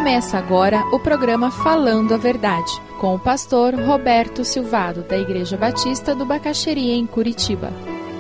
Começa agora o programa Falando a Verdade, com o pastor Roberto Silvado, da Igreja Batista do Bacaxeria, em Curitiba.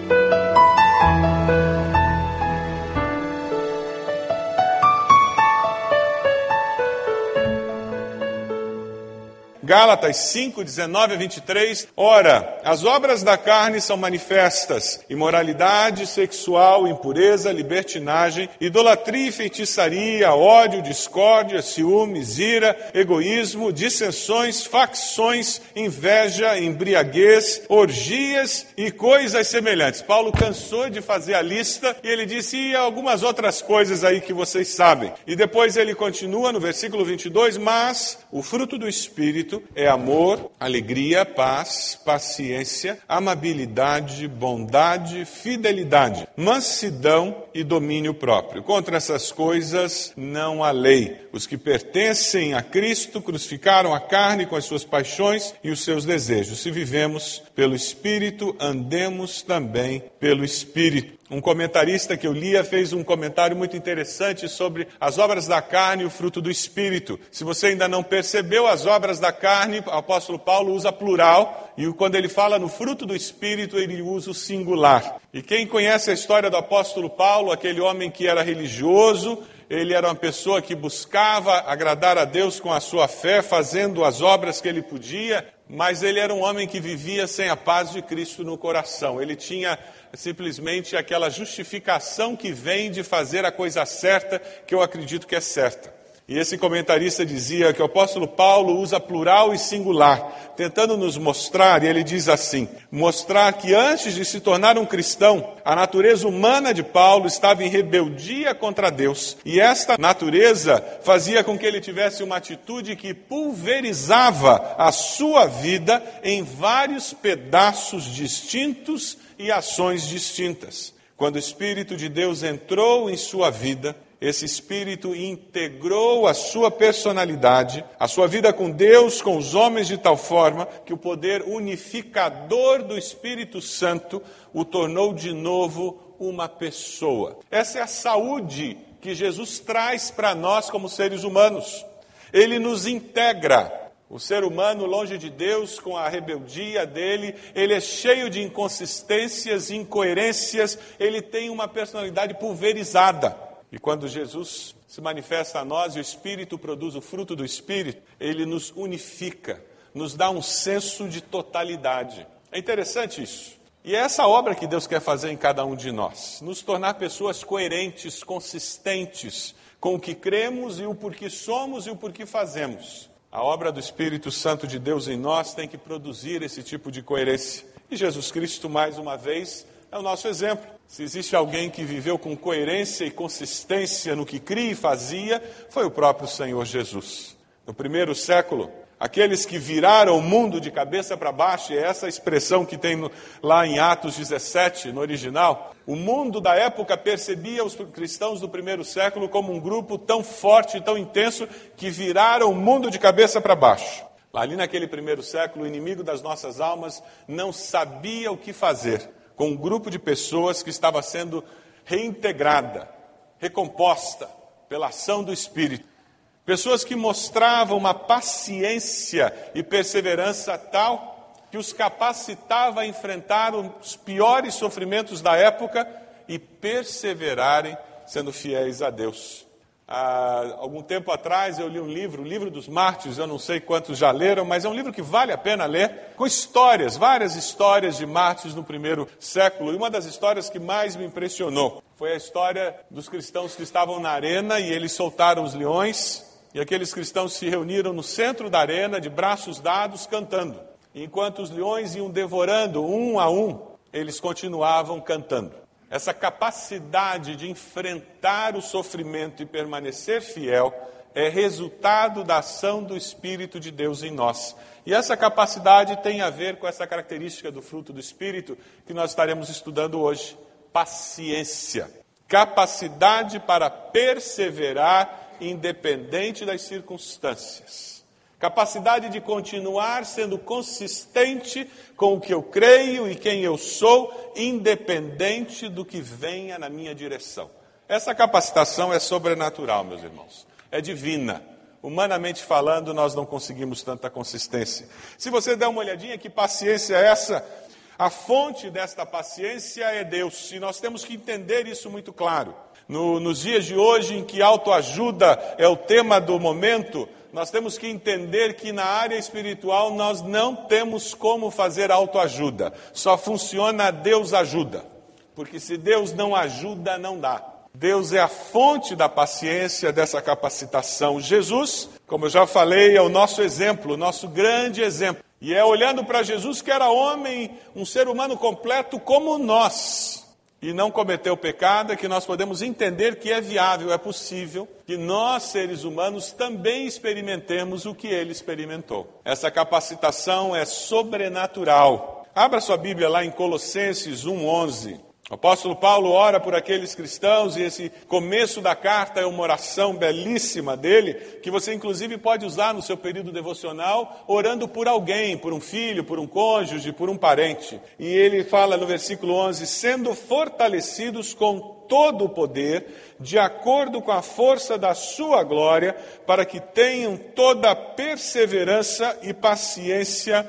Gálatas 5, 19 a 23. Ora, as obras da carne são manifestas: imoralidade sexual, impureza, libertinagem, idolatria e feitiçaria, ódio, discórdia, ciúmes, ira, egoísmo, dissensões, facções, inveja, embriaguez, orgias e coisas semelhantes. Paulo cansou de fazer a lista e ele disse, e algumas outras coisas aí que vocês sabem. E depois ele continua no versículo 22, mas o fruto do Espírito é amor, alegria, paz, paciência, amabilidade, bondade, fidelidade, mansidão e domínio próprio. Contra essas coisas não há lei. Os que pertencem a Cristo crucificaram a carne com as suas paixões e os seus desejos. Se vivemos pelo Espírito, andemos também pelo Espírito. Um comentarista que eu lia fez um comentário muito interessante sobre as obras da carne e o fruto do Espírito. Se você ainda não percebeu, as obras da carne, o apóstolo Paulo usa plural, e quando ele fala no fruto do Espírito, ele usa o singular. E quem conhece a história do apóstolo Paulo, aquele homem que era religioso, ele era uma pessoa que buscava agradar a Deus com a sua fé, fazendo as obras que ele podia, mas ele era um homem que vivia sem a paz de Cristo no coração. Ele tinha simplesmente aquela justificação que vem de fazer a coisa certa, que eu acredito que é certa. E esse comentarista dizia que o apóstolo Paulo usa plural e singular, tentando nos mostrar, e ele diz assim, mostrar que antes de se tornar um cristão, a natureza humana de Paulo estava em rebeldia contra Deus. E esta natureza fazia com que ele tivesse uma atitude que pulverizava a sua vida em vários pedaços distintos e ações distintas. Quando o Espírito de Deus entrou em sua vida, esse Espírito integrou a sua personalidade, a sua vida com Deus, com os homens, de tal forma que o poder unificador do Espírito Santo o tornou de novo uma pessoa. Essa é a saúde que Jesus traz para nós como seres humanos. Ele nos integra. O ser humano, longe de Deus, com a rebeldia dele, ele é cheio de inconsistências, incoerências, ele tem uma personalidade pulverizada. E quando Jesus se manifesta a nós e o Espírito produz o fruto do Espírito, ele nos unifica, nos dá um senso de totalidade. É interessante isso. E é essa obra que Deus quer fazer em cada um de nós, nos tornar pessoas coerentes, consistentes com o que cremos e o porquê somos e o porquê fazemos. A obra do Espírito Santo de Deus em nós tem que produzir esse tipo de coerência. E Jesus Cristo, mais uma vez, é o nosso exemplo. Se existe alguém que viveu com coerência e consistência no que cria e fazia, foi o próprio Senhor Jesus. No primeiro século, aqueles que viraram o mundo de cabeça para baixo, e é essa expressão que tem lá em Atos 17, no original, o mundo da época percebia os cristãos do primeiro século como um grupo tão forte e tão intenso que viraram o mundo de cabeça para baixo. Ali naquele primeiro século, o inimigo das nossas almas não sabia o que fazer com um grupo de pessoas que estava sendo reintegrada, recomposta pela ação do Espírito. Pessoas que mostravam uma paciência e perseverança tal que os capacitava a enfrentar os piores sofrimentos da época e perseverarem sendo fiéis a Deus. Há algum tempo atrás eu li um livro, o Livro dos Mártires, eu não sei quantos já leram, mas é um livro que vale a pena ler, com histórias, várias histórias de mártires no primeiro século. E uma das histórias que mais me impressionou foi a história dos cristãos que estavam na arena e eles soltaram os leões, e aqueles cristãos se reuniram no centro da arena, de braços dados, cantando. E enquanto os leões iam devorando um a um, eles continuavam cantando. Essa capacidade de enfrentar o sofrimento e permanecer fiel é resultado da ação do Espírito de Deus em nós. E essa capacidade tem a ver com essa característica do fruto do Espírito que nós estaremos estudando hoje. Paciência. Capacidade para perseverar independente das circunstâncias. Capacidade de continuar sendo consistente com o que eu creio e quem eu sou, independente do que venha na minha direção. Essa capacitação é sobrenatural, meus irmãos. É divina. humanamente falando, nós não conseguimos tanta consistência. Se você der uma olhadinha, que paciência é essa? A fonte desta paciência é Deus, e nós temos que entender isso muito claro. Nos dias de hoje, em que autoajuda é o tema do momento, nós temos que entender que na área espiritual nós não temos como fazer autoajuda. Só funciona Deus ajuda. Porque se Deus não ajuda, não dá. Deus é a fonte da paciência, dessa capacitação. Jesus, como eu já falei, é o nosso exemplo, o nosso grande exemplo. E é olhando para Jesus, que era homem, um ser humano completo como nós, e não cometeu pecado, é que nós podemos entender que é viável, é possível, que nós, seres humanos, também experimentemos o que ele experimentou. Essa capacitação é sobrenatural. Abra sua Bíblia lá em Colossenses 1:11. O apóstolo Paulo ora por aqueles cristãos, e esse começo da carta é uma oração belíssima dele, que você inclusive pode usar no seu período devocional, orando por alguém, por um filho, por um cônjuge, por um parente. E ele fala no versículo 11, sendo fortalecidos com todo o poder, de acordo com a força da sua glória, para que tenham toda a perseverança e paciência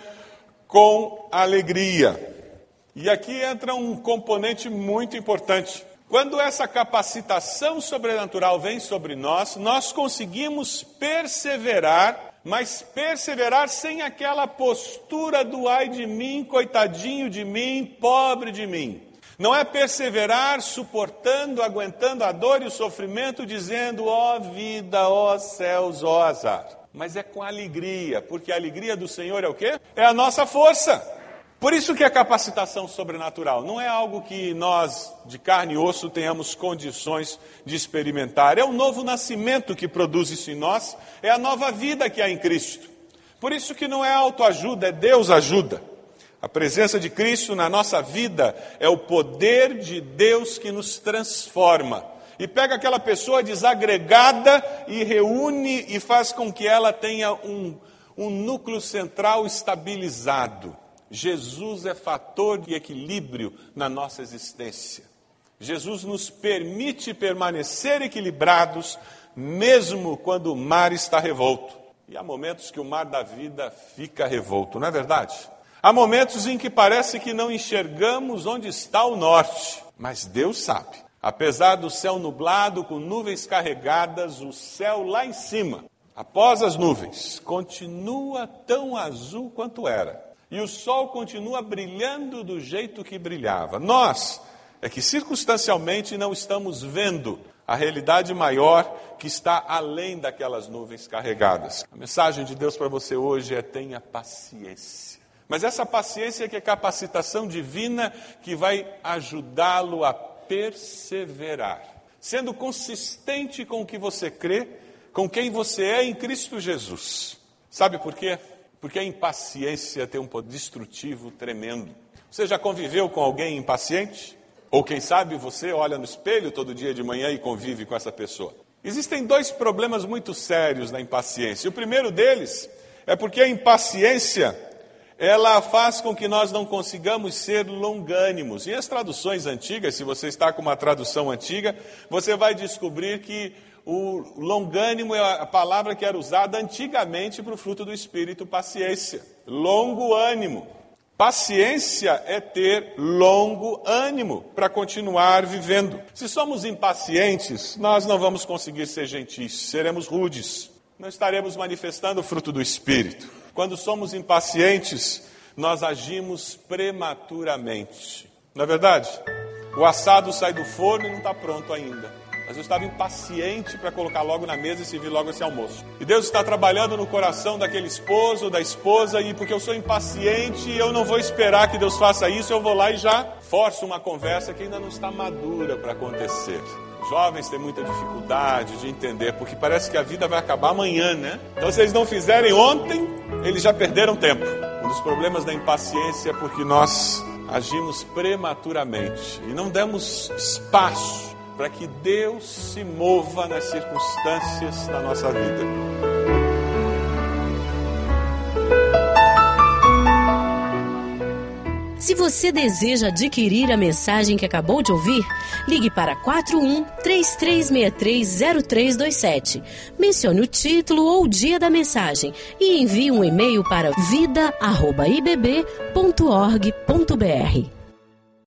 com alegria. E aqui entra um componente muito importante. Quando essa capacitação sobrenatural vem sobre nós, nós conseguimos perseverar, mas perseverar sem aquela postura do ai de mim, coitadinho de mim, pobre de mim. Não é perseverar suportando, aguentando a dor e o sofrimento, dizendo, ó vida, ó céus, ó azar. Mas é com alegria, porque a alegria do Senhor é o quê? É a nossa força. Por isso que a capacitação sobrenatural não é algo que nós, de carne e osso, tenhamos condições de experimentar. É o novo nascimento que produz isso em nós, é a nova vida que há em Cristo. Por isso que não é autoajuda, é Deus ajuda. A presença de Cristo na nossa vida é o poder de Deus que nos transforma. E pega aquela pessoa desagregada e reúne e faz com que ela tenha um núcleo central estabilizado. Jesus é fator de equilíbrio na nossa existência. Jesus nos permite permanecer equilibrados, mesmo quando o mar está revolto. E há momentos que o mar da vida fica revolto, não é verdade? Há momentos em que parece que não enxergamos onde está o norte, mas Deus sabe. Apesar do céu nublado, com nuvens carregadas, o céu lá em cima, após as nuvens, continua tão azul quanto era. E o sol continua brilhando do jeito que brilhava. Nós é que circunstancialmente não estamos vendo a realidade maior que está além daquelas nuvens carregadas. A mensagem de Deus para você hoje é: tenha paciência. Mas essa paciência que é capacitação divina que vai ajudá-lo a perseverar, sendo consistente com o que você crê, com quem você é em Cristo Jesus. Sabe por quê? Porque a impaciência tem um poder destrutivo tremendo. Você já conviveu com alguém impaciente? Ou quem sabe você olha no espelho todo dia de manhã e convive com essa pessoa? Existem dois problemas muito sérios na impaciência. O primeiro deles é porque a impaciência, ela faz com que nós não consigamos ser longânimos. E as traduções antigas, se você está com uma tradução antiga, você vai descobrir que o longânimo é a palavra que era usada antigamente para o fruto do Espírito, paciência. Longo ânimo. Paciência é ter longo ânimo para continuar vivendo. Se somos impacientes, nós não vamos conseguir ser gentis, seremos rudes. Não estaremos manifestando o fruto do Espírito. Quando somos impacientes, nós agimos prematuramente. Não é verdade? O assado sai do forno e não está pronto ainda. Mas eu estava impaciente para colocar logo na mesa e servir logo esse almoço. E Deus está trabalhando no coração daquele esposo, da esposa, e porque eu sou impaciente, eu não vou esperar que Deus faça isso, eu vou lá e já forço uma conversa que ainda não está madura para acontecer. Os jovens têm muita dificuldade de entender, porque parece que a vida vai acabar amanhã, né? Então, se eles não fizerem ontem, eles já perderam tempo. Um dos problemas da impaciência é porque nós agimos prematuramente e não damos espaço para que Deus se mova nas circunstâncias da nossa vida. Se você deseja adquirir a mensagem que acabou de ouvir, ligue para 41-3363-0327. Mencione o título ou o dia da mensagem e envie um e-mail para vida@ibb.org.br.